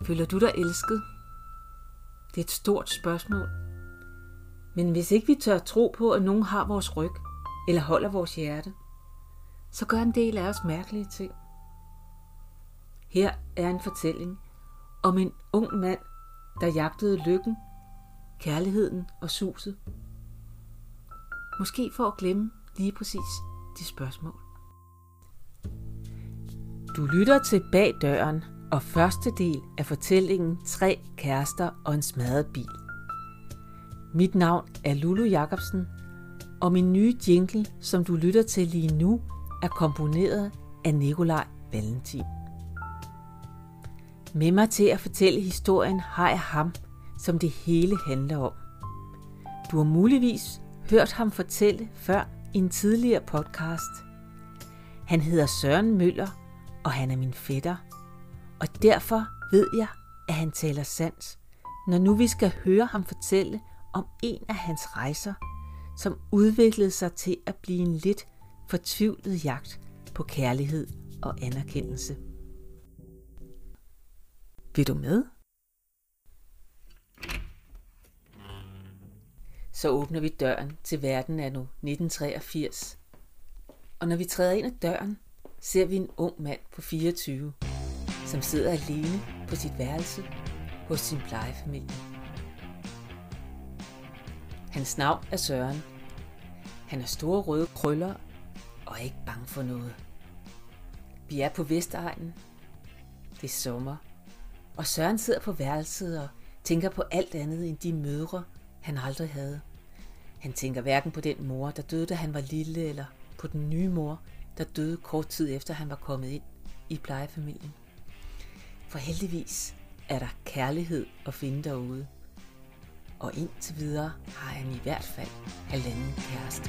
Føler du dig elsket? Det er et stort spørgsmål. Men hvis ikke vi tør tro på, at nogen har vores ryg, eller holder vores hjerte, så gør en del af os mærkelige ting. Her er en fortælling om en ung mand, der jagtede lykken, kærligheden og suset. Måske for at glemme lige præcis de spørgsmål. Du lytter til Bag Døren og første del af fortællingen 3 kærester og en smadret bil. Mit navn er Lulu Jacobsen, og min nye jingle, som du lytter til lige nu, er komponeret af Nikolaj Valentin. Med mig til at fortælle historien har jeg ham, som det hele handler om. Du har muligvis hørt ham fortælle før i en tidligere podcast. Han hedder Søren Møller, og han er min fætter. Og derfor ved jeg, at han taler sandt, når nu vi skal høre ham fortælle om en af hans rejser, som udviklede sig til at blive en lidt fortvivlet jagt på kærlighed og anerkendelse. Vil du med? Så åbner vi døren til verden af nu 1983. Og når vi træder ind ad døren, ser vi en ung mand på 24, som sidder alene på sit værelse hos sin plejefamilie. Hans navn er Søren. Han har store røde krøller og er ikke bange for noget. Vi er på Vestegnen. Det er sommer. Og Søren sidder på værelset og tænker på alt andet end de mødre, han aldrig havde. Han tænker hverken på den mor, der døde, da han var lille, eller på den nye mor, der døde kort tid efter, han var kommet ind i plejefamilien. For heldigvis er der kærlighed at finde derude. Og indtil videre har han i hvert fald 1,5 kæreste.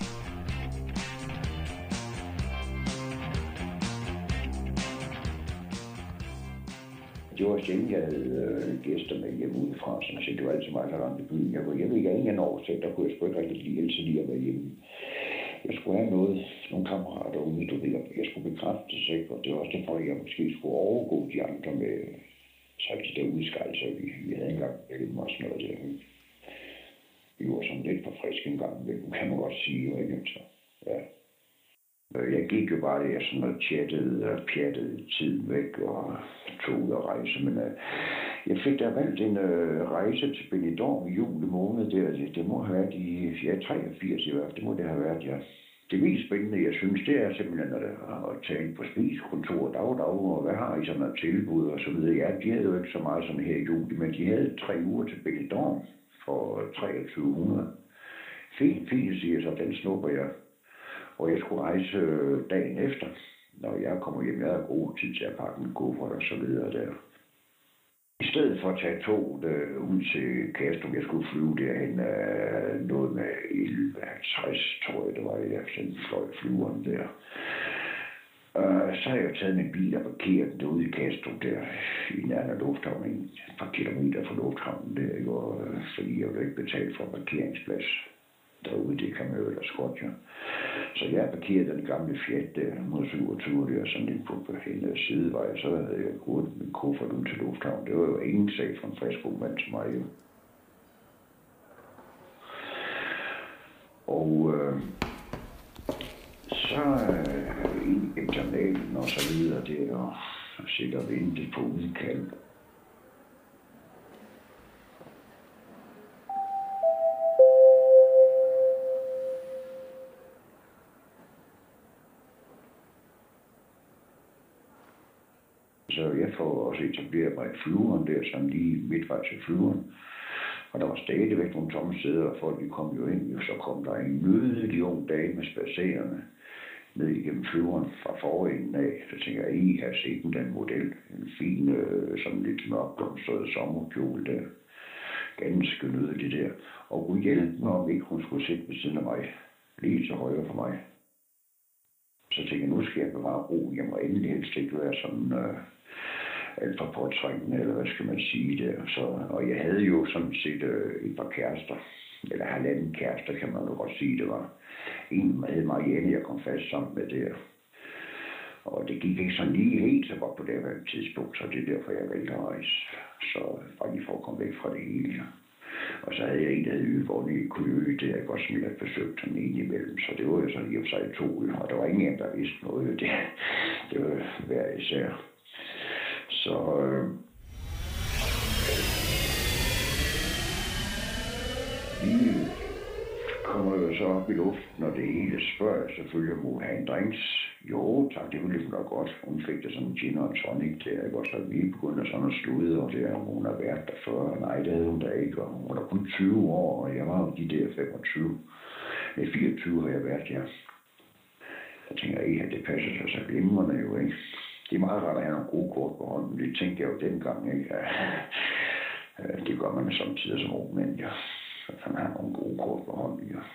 Det var sjældent, jeg havde gæster med hjemme udefra, som jeg det var altid meget langt i byen. Jeg ved ikke, af en årsag, der kunne jeg sgu ikke rigtig lide at være hjemme. Jeg skulle have nogle kammerater ude, du ved, jeg skulle bekræftes, ikke? Og det var også derfor, jeg måske skulle overgå de andre med så de der udskejelser, vi havde engang mellem os noget der. Vi var sådan lidt for friske en gang, men kan man godt sige, ikke? Så, ja. Jeg gik jo bare der sådan og chattede og pjattede tiden væk og tog ud og rejse, men jeg fik da valgt en rejse til Benidorm i juli måned der. Det må have været i 83 i hvert fald, det må det have været, ja. Det mest spændende, jeg synes, det er simpelthen at tage ind på spisekontor dag, og hvad har I sådan et tilbud og så videre. Ja, de havde jo ikke så meget som her i juli, men de havde 3 uger til Benidorm for 2300. Fint, siger så, den snupper jeg. Og jeg skulle rejse dagen efter, når jeg kommer hjem. Jeg havde god tid til at pakke en kuffert og så videre der. I stedet for at tage toget ud til Kastrup, jeg skulle flyve derhen noget med 11.50, tror jeg det var, jeg sådan fløj flyveren der. Så har jeg taget min bil og parkeret den derude i Kastrup der, i nærheden af lufthavnen, et par kilometer fra lufthavnen der, fordi jeg ville ikke betale for parkeringsplads derude, det kan man jo ellers godt, ja. Så jeg parkerede den gamle Fiat der, 127 der, sådan lidt på en sidevej, så havde jeg gået min kuffert ud til lufthavn. Det var jo ingen sag for en frisk ung mand til mig, jo. Og så ind i terminalen og så videre der, og sikkert vente på udkald. Så jeg får også etableret mig i flyveren der, sådan lige midtvej til flyveren. Og der var stadigvæk nogle tomme sæder, og folk de kom jo ind. Så kom der en nydelig ung dame spacerende ned igennem flyveren fra forenden af. Så tænker jeg, I har set den model. En fin, sådan lidt mørk blomstret sommerkjole der. Ganske nydelig der. Og hun hjælpede mig, om ikke hun skulle sidde ved siden af mig. Lige til højre for mig. Så tænkte jeg, nu skal jeg bevare ro. Jeg må endelig helst ikke være sådan alt for påtrængende, eller hvad skal man sige der. Så, og jeg havde jo sådan set et par kærester, eller 1,5 kærester, kan man jo godt sige, det var. En havde Marianne, jeg kom fast sammen med der. Og det gik ikke sådan lige helt så godt på det her tidspunkt, så det er derfor, jeg valgte at rejse. Så bare lige for at komme væk fra det hele. Og så havde jeg en, der hed Yvonne i Køge, det jeg godt som jeg besøgte sådan en imellem. Så det var jo sådan i og for sig 2 øl, og der var ingen, der vidste noget. Det var hver især. Så vi kommer jo så op i luften, og det hele spørger jeg selvfølgelig, må have en drinks. Jo, tak, det ville nok godt. Hun fik det sådan en gin og en tonic der, ikke? Og så vi begyndte sådan at slude, og det er, hun har været der før. Nej, det havde hun da ikke, og hun var kun 20 år, og jeg var jo de der 25. 24 har jeg været, ja. Jeg tænker ikke, at det passer sig så glimrende jo, ikke? Det er meget rart at have nogle gode kort på hånden. Det tænkte jeg jo dengang, ikke? Det gør man samtidig som ung mænd, ja. Så kan man have nogle gode kort på hånden, ja.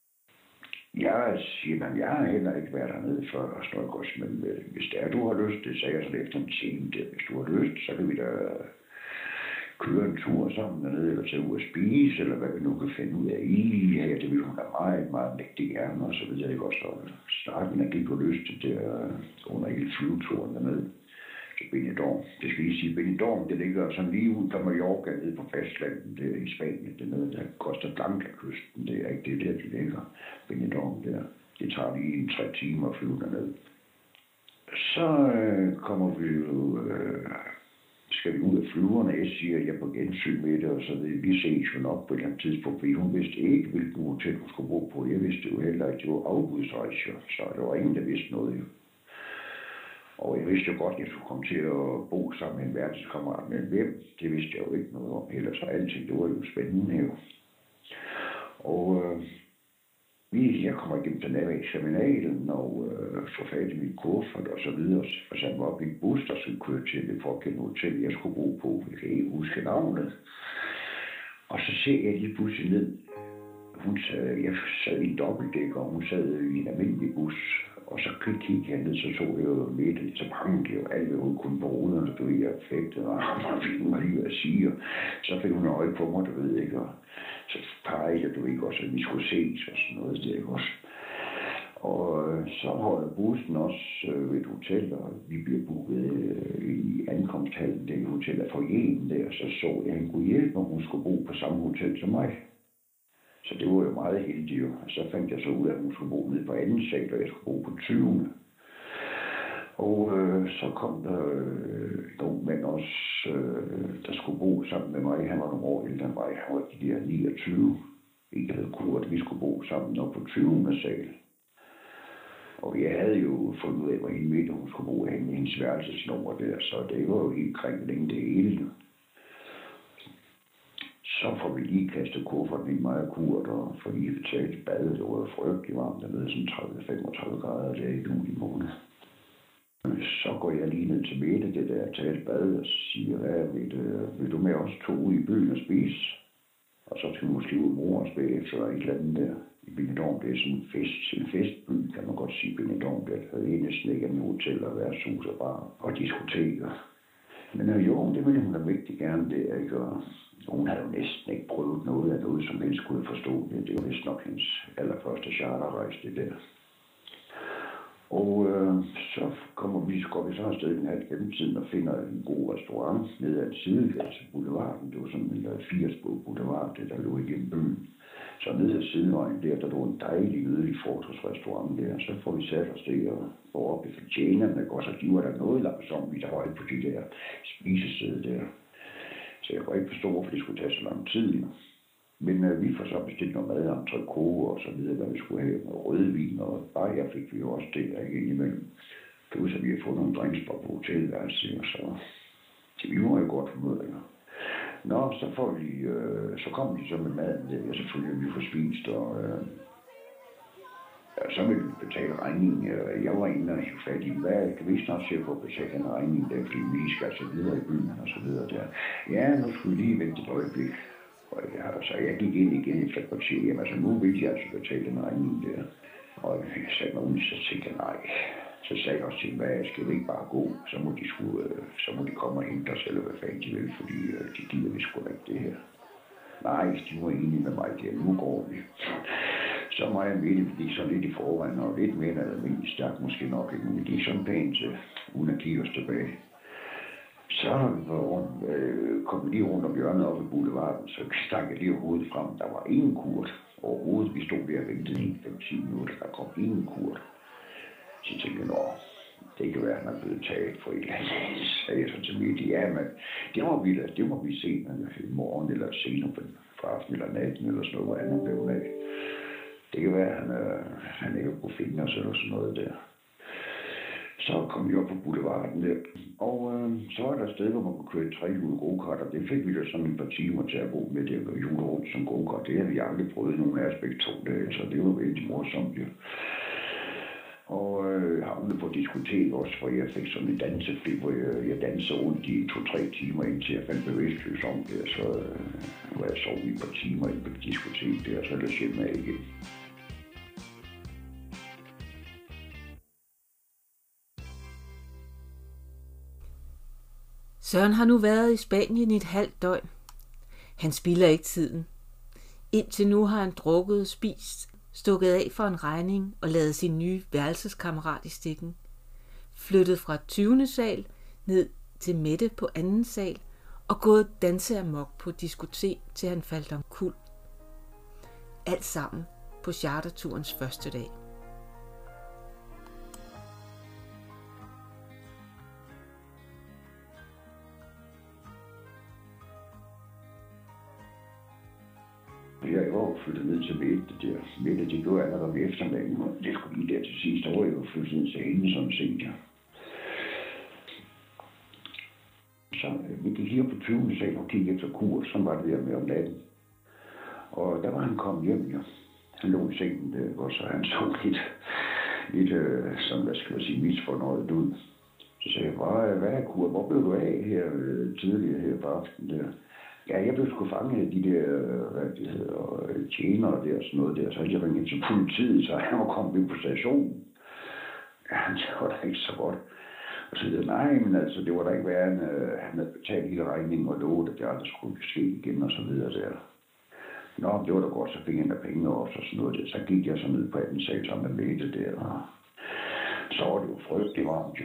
Jeg siger, at jeg har heller ikke været dernede før og sådan noget godt, men hvis det er, du har lyst, det sagde jeg sådan efter en time, hvis du har lyst, så kan vi da køre en tur sammen dernede, eller tage ud og spise, eller hvad vi nu kan finde ud af i her. Det vil hun da meget, meget mægtig gerne, og så videre. Jeg også starten, jeg gik på lyst til det under hele flyveturen dernede til Benidorm. Det skal lige sige, Benidorm, det ligger sådan lige ud fra Mallorca nede på fastlandet der i Spanien. Det er noget, der koster Blanca-kysten. Det er ikke det der, de ligger. Benidorm der. Det tager lige 3 timer at flyve dernede. Så kommer vi jo... skal vi ud af flyverne, jeg siger, jeg er på gensyn med det, og så vi ses jo nok på et eller andet tidspunkt, fordi hun vidste ikke, hvilken hotel hun skulle bo på. Jeg vidste jo heller ikke, det var afbudsrejser, så der var ingen, der vidste noget jo. Og jeg vidste jo godt, at jeg skulle komme til at bo sammen med en verdenskammerat, men hvem, det vidste jeg jo ikke noget om. Ellers så alting, det var jo spændende jo. Og jeg kommer igennem den her eksaminalen og får fat i min kuffert og så videre, og satte mig op i en bus, der skulle køre til det pågældende hotel, jeg skulle bo på. Jeg kan ikke huske navnet. Og så ser jeg lige pludselig ned. Jeg sad i en dobbeltdækker, og hun sad i en almindelig bus. Og så kiggede jeg ned, så jeg jo midt, så brændte jo alt, hvad hun kunne på ruderne, så blev jeg fægtet, og så fik hun lige at sige, og så fik hun øje på mig, du ved ikke, og så pegede jeg, du ikke også, at vi skulle ses og sådan noget, det ikke også. Og så holder bussen også ved et hotel, og vi bliver booket i ankomsthallen, det hotel af forjen der, så jeg, han kunne hjælpe mig, hun skulle bo på samme hotel som mig. Så det var jo meget heldigt jo. Så fandt jeg så ud af, at hun skulle bo nede på anden sal, og jeg skulle bo på 20. Og så kom der nogle mænd også, der skulle bo sammen med mig. Han var nogle år ældre end mig. Han var de der 29. Ikke havde kunnet, at vi skulle bo sammen op på 20. sal. Og jeg havde jo fundet ud af, hvor hende midt, hun skulle bo henne i hendes værelsesnummer der. Så det var jo helt kringling det hele. Så får vi lige kastet kufferten i mig og Kurt, og får lige betalt bad. Det var frygtelig varmt dernede, sådan 30-35 grader der i juli måned. Så går jeg lige ned til Mette, det der talt bad, og siger, vil du med os 2 ud i byen og spise? Og så skal vi måske ud mor og bagefter eller et eller andet der. I Benidorm, det er sådan en festby, kan man godt sige, Benidorm. Der er næsten ikke med hotel og værtshus og bar og diskoteker. Men jo, det ville hun da vigtigt gerne der, ikke? Og hun havde jo næsten ikke prøvet noget af noget, som helst kunne forstå det. Det var vist nok hendes allerførste charterrejse, det der. Og så går vi så afsted den her gennemtiden og finder en god restaurant nede ad en side, altså boulevarden. Det var sådan en 80-båd boulevard, det der lå igennem byen. Så nede ad sidevejen der lå en dejlig ydelig fortorvsrestaurant der. Så får vi sat os der og går op i fortjenerne, og så giver der noget langsomt, vi der var på de der spisesteder der. Så jeg kunne ikke forstå, hvorfor det skulle tage så lang tid. Men vi får så bestilt noget mad, entrecôte og så videre, hvad vi skulle have, med rødvin og bajer fik vi jo også der, ikke indimellem. Plus at vi har fået nogle drinks på hotelværelset, og så vi var jo godt formødninger. Nå, så kom de så med maden der, og selvfølgelig vi får spist, og så ville vi betale regningen. Jeg var inde og hæve fat i, hvad kan vi snart se på at betale den regning der, fordi vi skal altså videre i byen og så videre der. Ja, nu skulle vi lige vente et øjeblik. Og jeg gik ind igen efter et kvarter. Jamen altså, nu vil jeg altså betale den regning der. Og jeg sagde mig ud, så tænkte jeg nej. Så sagde jeg også til dem, hvad skal vi ikke bare gå? Så må de komme og hente os, eller hvad fanden de vil, fordi de gider vi sgu da ikke det her. Nej, de var enige med mig der, nu går vi. Så mig og Mette, vi gik så lidt i forvejen, og lidt mere end almindeligt stærkt måske nok, ikke? Men vi gik sådan pænt til, uden at kigge os tilbage. Så kom vi lige rundt om hjørnet op i boulevarden, så stak jeg lige hovedet frem. Der var ingen kurt overhovedet. Vi stod der og ventede i 5-10 minutter. Der kom ingen kurt. Så tænkte jeg, det kan være, at han er blevet taget for et eller andet. Så sagde jeg så til Mette, ja, men det må vi se i morgen eller senere fra aften eller natten eller sådan noget, hvor han er blevet af. Det kan være, at han ikke kunne finde os eller sådan noget der. Så kom vi op på boulevarden der, og så var der et sted, hvor man kunne køre 3-hjulede go-kart, og det fik vi da sådan et par timer til at gå med det og hjule rundt som go-kart. Det havde vi aldrig prøvet nogen af os begge to dage, så det var vældig morsomt jo. Og havnede på diskotek også, hvor jeg fik sådan en dansefri, hvor jeg dansede rundt i 2-3 timer, indtil jeg fandt bevidstløs om det, så var jeg sovet i et par timer i på diskotek der, og så er det hjemme af igen. Søren har nu været i Spanien i et halvt døgn. Han spilder ikke tiden. Indtil nu har han drukket, spist, stukket af for en regning og ladet sin nye værelseskammerat i stikken. Flyttet fra 20. sal ned til Mette på 2. sal og gået danseamok på diskotek, til han faldt omkuld. Alt sammen på charterturens første dag. Jeg var flyttet ned til Mette der. Mette, det gjorde allerede om eftermiddagen, og det skulle lige der til sidst. Der var jeg jo flyttet ned til hende, som set jer. Så vi gik lige op på 20. sal og kiggede efter kur, som var det der med om natten. Og der var han kommet hjem, ja. Han lå i sengen der, og så han så lidt som, hvad skal man sige, misfornøjet ud. Så sagde jeg, hvad er kur? Hvor blev du af her tidligere her på aftenen der? Ja, jeg blev sgu fanget af de der, hvad det hedder, tjenere der og sådan noget der, så jeg ringede til politiet, så han var kommet ind på stationen. Ja, det var da ikke så godt. Og så sagde nej, men altså, det var da ikke værd, han havde betalt hele regningen og lovet, at det aldrig skulle ske igen og så videre der. Nå, det var da godt, så fik han da penge også og sådan noget der. Så gik jeg så ned på 2. sal sammen med Mette der, og så var det jo frygteligt varmt jo.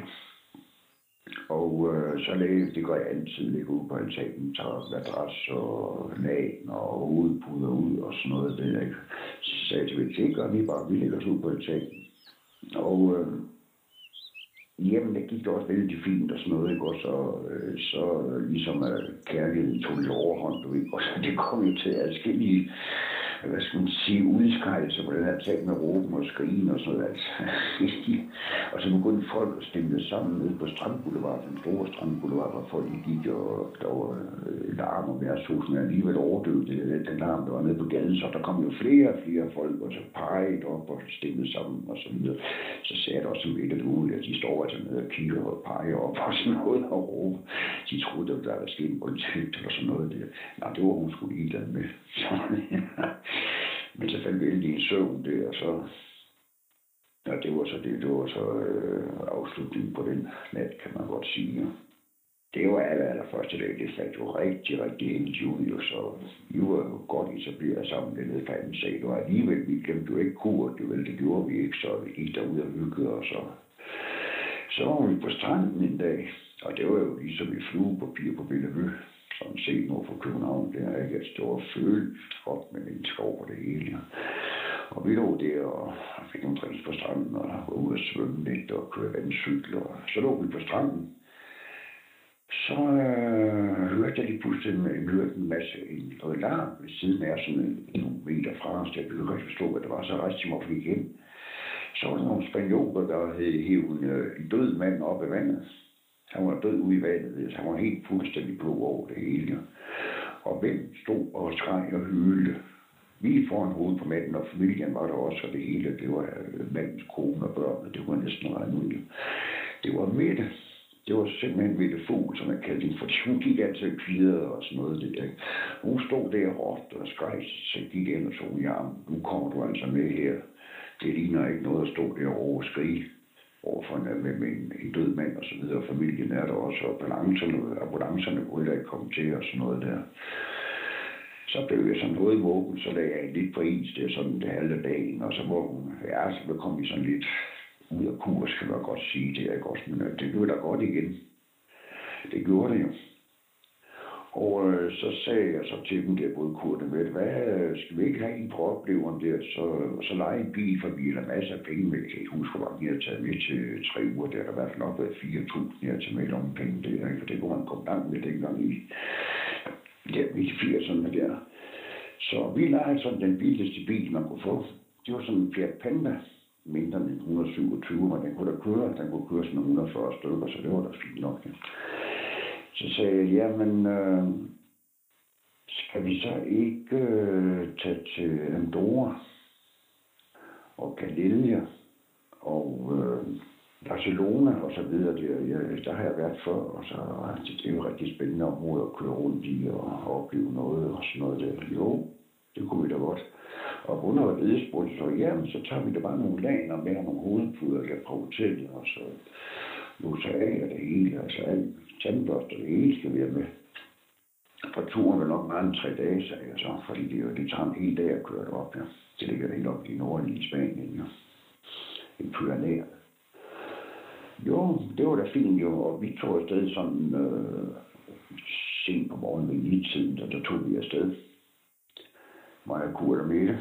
Og så det gør jeg altid, ligge ud på altanen, tager madras og lagen og hovedpuder ud og sådan noget der, ikke? Så sagde jeg til Mette, det gør vi bare, vi lægger os ud på altanen. Og jamen, det gik da også vældig fint og sådan noget, ikke? Og så ligesom kærligheden tog lidt overhånd, du ved. Og så det kom jo til adskillige, hvad skal man sige, udskejelser på den her tag med råben og skrigen og sådan noget, altså. Og så begyndte folk at stemme sammen nede på Strandboulevard, den store Strandboulevard, hvor folk gik, og der var larm og værtshus, men alligevel overdøvede den larm, der var nede på gaden, så der kom jo flere og flere folk, og så pegede op og stemmede sammen og så videre. Så sagde jeg også lidt ud, at de står altså nede og kigger og peger op og sådan noget og råber. De troede, at der var sket en voldtægt eller sådan noget der. Nej, det var hun sgu ligeglad med. Men så faldt vi ind i en søvn der, og så... Ja, det var så afslutningen på den nat, kan man godt sige. Det var allerførste dag, det faldt jo rigtig ind i juni, så vi var jo godt etableret sammen dernede fra 2. sal, og alligevel, vi glemte jo ikke kur, det gjorde vi ikke, så vi gik derude og hyggede, og så var vi på stranden en dag, og det var jo ligesom et fluepapir på Bellevue, som set nord for København, det er ikke et stort følt godt med mennesker over det hele. Og vi lå der og fik nogle drinks på stranden, og var ude at svømme lidt og køre vandcykler. Og så lå vi på stranden. Så hørte jeg lige pludselig en masse noget larm ved siden af sådan nogle meter fra os. Jeg kunne ikke forstå, hvad det var, så rejste jeg mig op igen. Så var der nogle spanioler, der havde hævet en død mand op i vandet. Han var død ude i vandet, så han var helt fuldstændig blå over det hele. Og hvem stod og skreg og hylte. Vi foran hovedet på manden, og familien var der også, og det hele, det var mandens kone og børn, og det var næsten regnet ud. Det var Mette. Det var simpelthen Mette Fugl, som jeg kaldte hende, fordi hun gik altid kvidere og sådan noget. Det. Hun stod der og råbte og skreg, så gik ind og så i armen. Nu kommer du altså med her. Det ligner ikke noget at stå der og skrige overfor med en død mand og så videre. Familien er der også, og ambulancerne kunne ikke komme til og sådan noget der. Så blev jeg sådan noget vågen, så lagde jeg lidt på is, det er sådan det halve dagen, og så vågen. Ja, så kom vi sådan lidt ud af kurs, kan man godt sige det, ikke også, men det blev da godt igen. Det gjorde det jo. Og så sagde jeg så til dem der, både Kurt og med, hvad skal vi ikke have en på opleveren der, så lege en bil, for vi har masser af penge med. Jeg kan ikke huske, hvor mange jeg har taget med til 3 uger, der har i hvert fald nok været 4.000, jeg har taget med om penge der, ikke? For det kunne man komme langt med dengang i midt i 80'erne der. Så vi lejede sådan den billigste bil, man kunne få. Det var sådan en Fiat Panda, mindre end 127, men den kunne køre sådan 140 stykker, så det var da fint nok. Ja. Så sagde jeg, jamen, skal vi så ikke tage til Andorra og Calella og Barcelona og så videre der har jeg været før, og så det er jo rigtig spændende område at køre rundt i og opleve noget og sådan noget der. Jo, det kunne vi da godt. Og under at vide spurgte så, jamen, så tager vi da bare nogle laner med og nogle hovedpuder der på hotellet, og så låser af og det hele, altså alt tandbørster, det hele skal være med. For turen vil nok meget end 3 dage, sagde jeg så, fordi det tager en hel dag at køre det op, ja. Det ligger helt op i nordlige Spanien, ja. En Pyrenæer. Jo, det var da fint jo, og vi tog afsted sådan sent på morgenen ved 9-tiden, og der tog vi afsted. Mig og Kurt og Mette.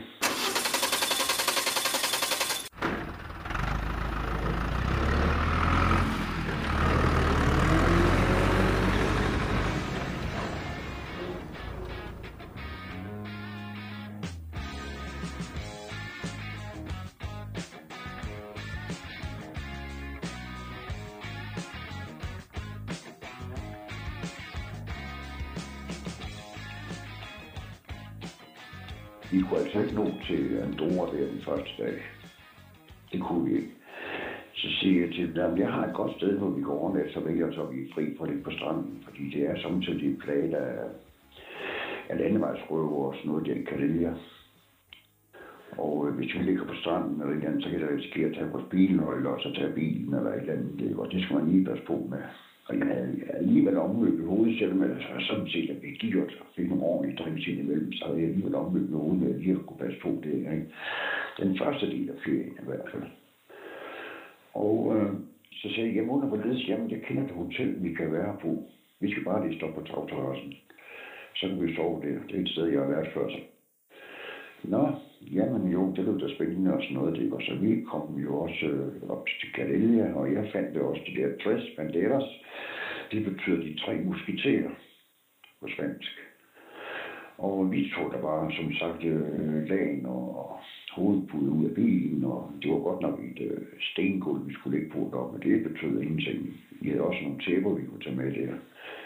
Vi kunne altså ikke nå til Andorra der den første dag. Det kunne vi ikke. Så siger jeg til dem, jeg har et godt sted, hvor vi går overnat, så vil jeg så blive fri for det på stranden. Fordi det er samtidig plaget af landevejsrøver og sådan noget, der kan det. Og hvis vi ligger på stranden eller et eller andet, så kan det risikere at tage vores bilnøgler og så tage bilen eller et eller andet. Og det skal man lige passe på med. Og jeg havde alligevel omløb i hovedet, selvom jeg sådan set at jeg gik og fik nogle ordentlige drinks ind imellem, så havde jeg alligevel omløb i hovedet, at jeg lige kunne passe på det. Ikke? Den første del af ferien i hvert fald. Og så sagde jeg, jamen under hvorledes, jamen jeg kender det hotel, vi kan være på. Vi skal bare lige stoppe på tagterrassen. Så kan vi sove der. Det er et sted, jeg har været før. Så. Nå, jamen jo, det lød da spændende og sådan noget. Det var så vi kom jo også op til Calella, og jeg fandt det også de der tres banderas. Det betyder de 3 musketerer på spansk. Og vi tog der bare, som sagt, lagen og hovedpude ud af bilen, og det var godt nok et stengulv, vi skulle ligge på deroppe, men det betød ingenting. Vi havde også nogle tæpper, vi kunne tage med der.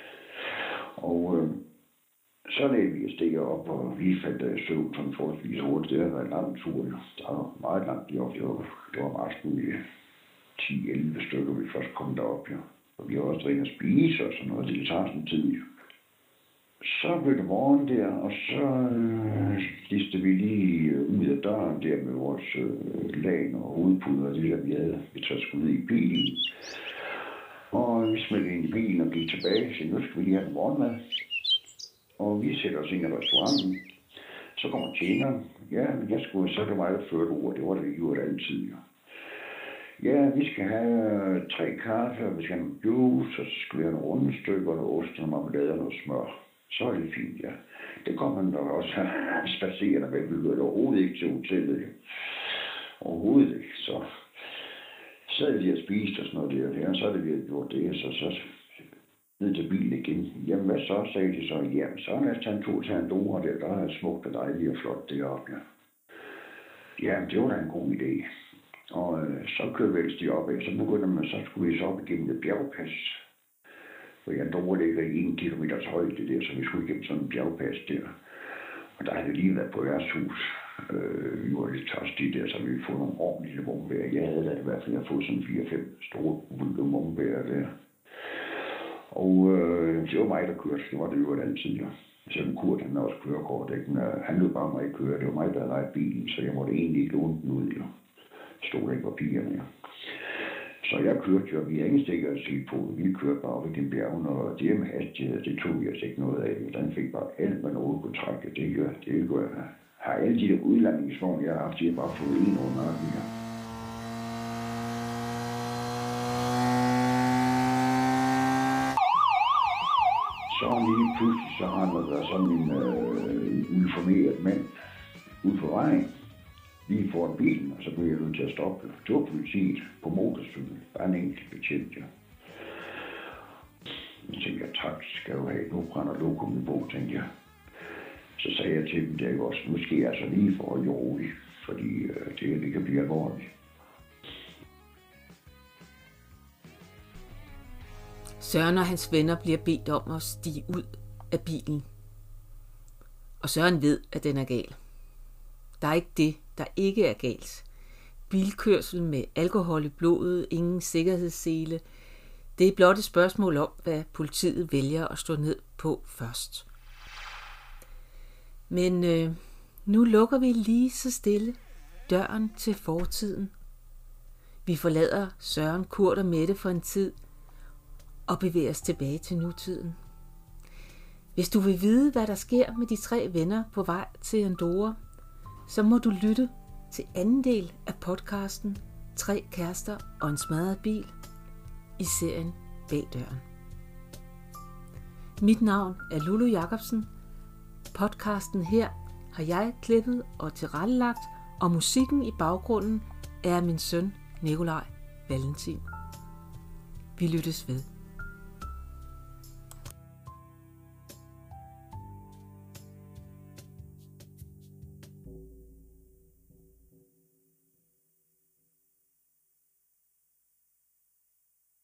Og så lagde vi afsted op, og vi fandt søvn sådan forholdsvis hurtigt. Det havde været en lang tur. Det var meget langt deroppe. Det var meget smuligt. 10-11 stykker, vi først kom derop. Ja. Og vi har også drikket og spise og sådan noget. Det tager sådan tid. Så blev det morgen der, og så listede vi lige ud af døren der med vores lagen og hovedpuder og det der, vi havde. Vi tager sgu ned i bilen. Og vi smed ind i bilen og gik tilbage. Så nu skal vi lige have en morgenmad. Og vi sætter os ind i restauranten. Så kommer tjeneren. Ja, men jeg skulle så det mig, der førte ord. Det var det, vi gjorde altid. Ja, vi skal have 3 kaffe, vi skal have en juice, og så skal vi have nogle rundstykker, og ost og marmelade og noget smør. Så er det fint, ja. Det kommer man da også spacerende med. Vi gør overhovedet ikke til hotellet. Ja. Overhovedet ikke. Så sad vi og spiste og sådan noget der. Og så er det, vi havde gjort det. Så ned til bilen igen. Jamen hvad så, sagde de så. Jamen så lad os tage en tur til Andorra der. Der er smukt og dejligt og flot deroppe, ja. Jamen det var da en god idé. Og så kørte de op af. Så begyndte man, så skulle vi så op igennem et bjergpas. For Andorra ligger i 1 kilometers højde der, så vi skulle igennem sådan en bjergpas der. Og der havde lige været på værtshus. Vi var lidt tørstige der, så vi få nogle ordentlige vognbær. Jeg havde da i hvert fald fået sådan 4-5 store vognbær der. Og det var mig, der kørte. Det var det jo altid, ja. Selvom Kurt, han også kørekort, ikke? Men han lød bare mig køre. Det var mig, der havde lejet bilen, så jeg måtte egentlig ikke låne den ud, ja. Stod ikke papirerne, ja. Så jeg kørte jo, vi har ingen stikker at sige på. Vi kørte bare op i den bjergene, og det med hastighed, det tog jeg ikke noget af. Den fik bare alt, man overhovedet kunne trække. Det gør jeg. Har alle de der udlandingsvogne, jeg har haft, de har bare fået en over nakken her. Så lige pludselig, så render der sådan en uniformeret mand ud på vejen, lige foran bilen, og så blev jeg nødt til at stoppe. Det var politiet på motorcykel. Bare en enkelt betjent, ja. Jeg tænkte, tak skal du have. Nu brænder lokummet på, tænkte jeg. Så sagde jeg til dem, det er også, nu skal jeg altså lige for at roligt, fordi det kan blive alvorligt. Søren og hans venner bliver bedt om at stige ud af bilen. Og Søren ved, at den er gal. Der er ikke det, der ikke er galt. Bilkørsel med alkohol i blodet, ingen sikkerhedssele. Det er blot et spørgsmål om, hvad politiet vælger at stå ned på først. Men nu lukker vi lige så stille døren til fortiden. Vi forlader Søren, Kurt og Mette for en tid og bevæger os tilbage til nutiden. Hvis du vil vide, hvad der sker med de 3 venner på vej til Andorra, så må du lytte til anden del af podcasten 3 kærester og en smadret bil i serien Bag døren. Mit navn er Lulu Jacobsen. Podcasten her har jeg klippet og tilrettelagt, og musikken i baggrunden er min søn Nikolaj Valentin. Vi lyttes ved.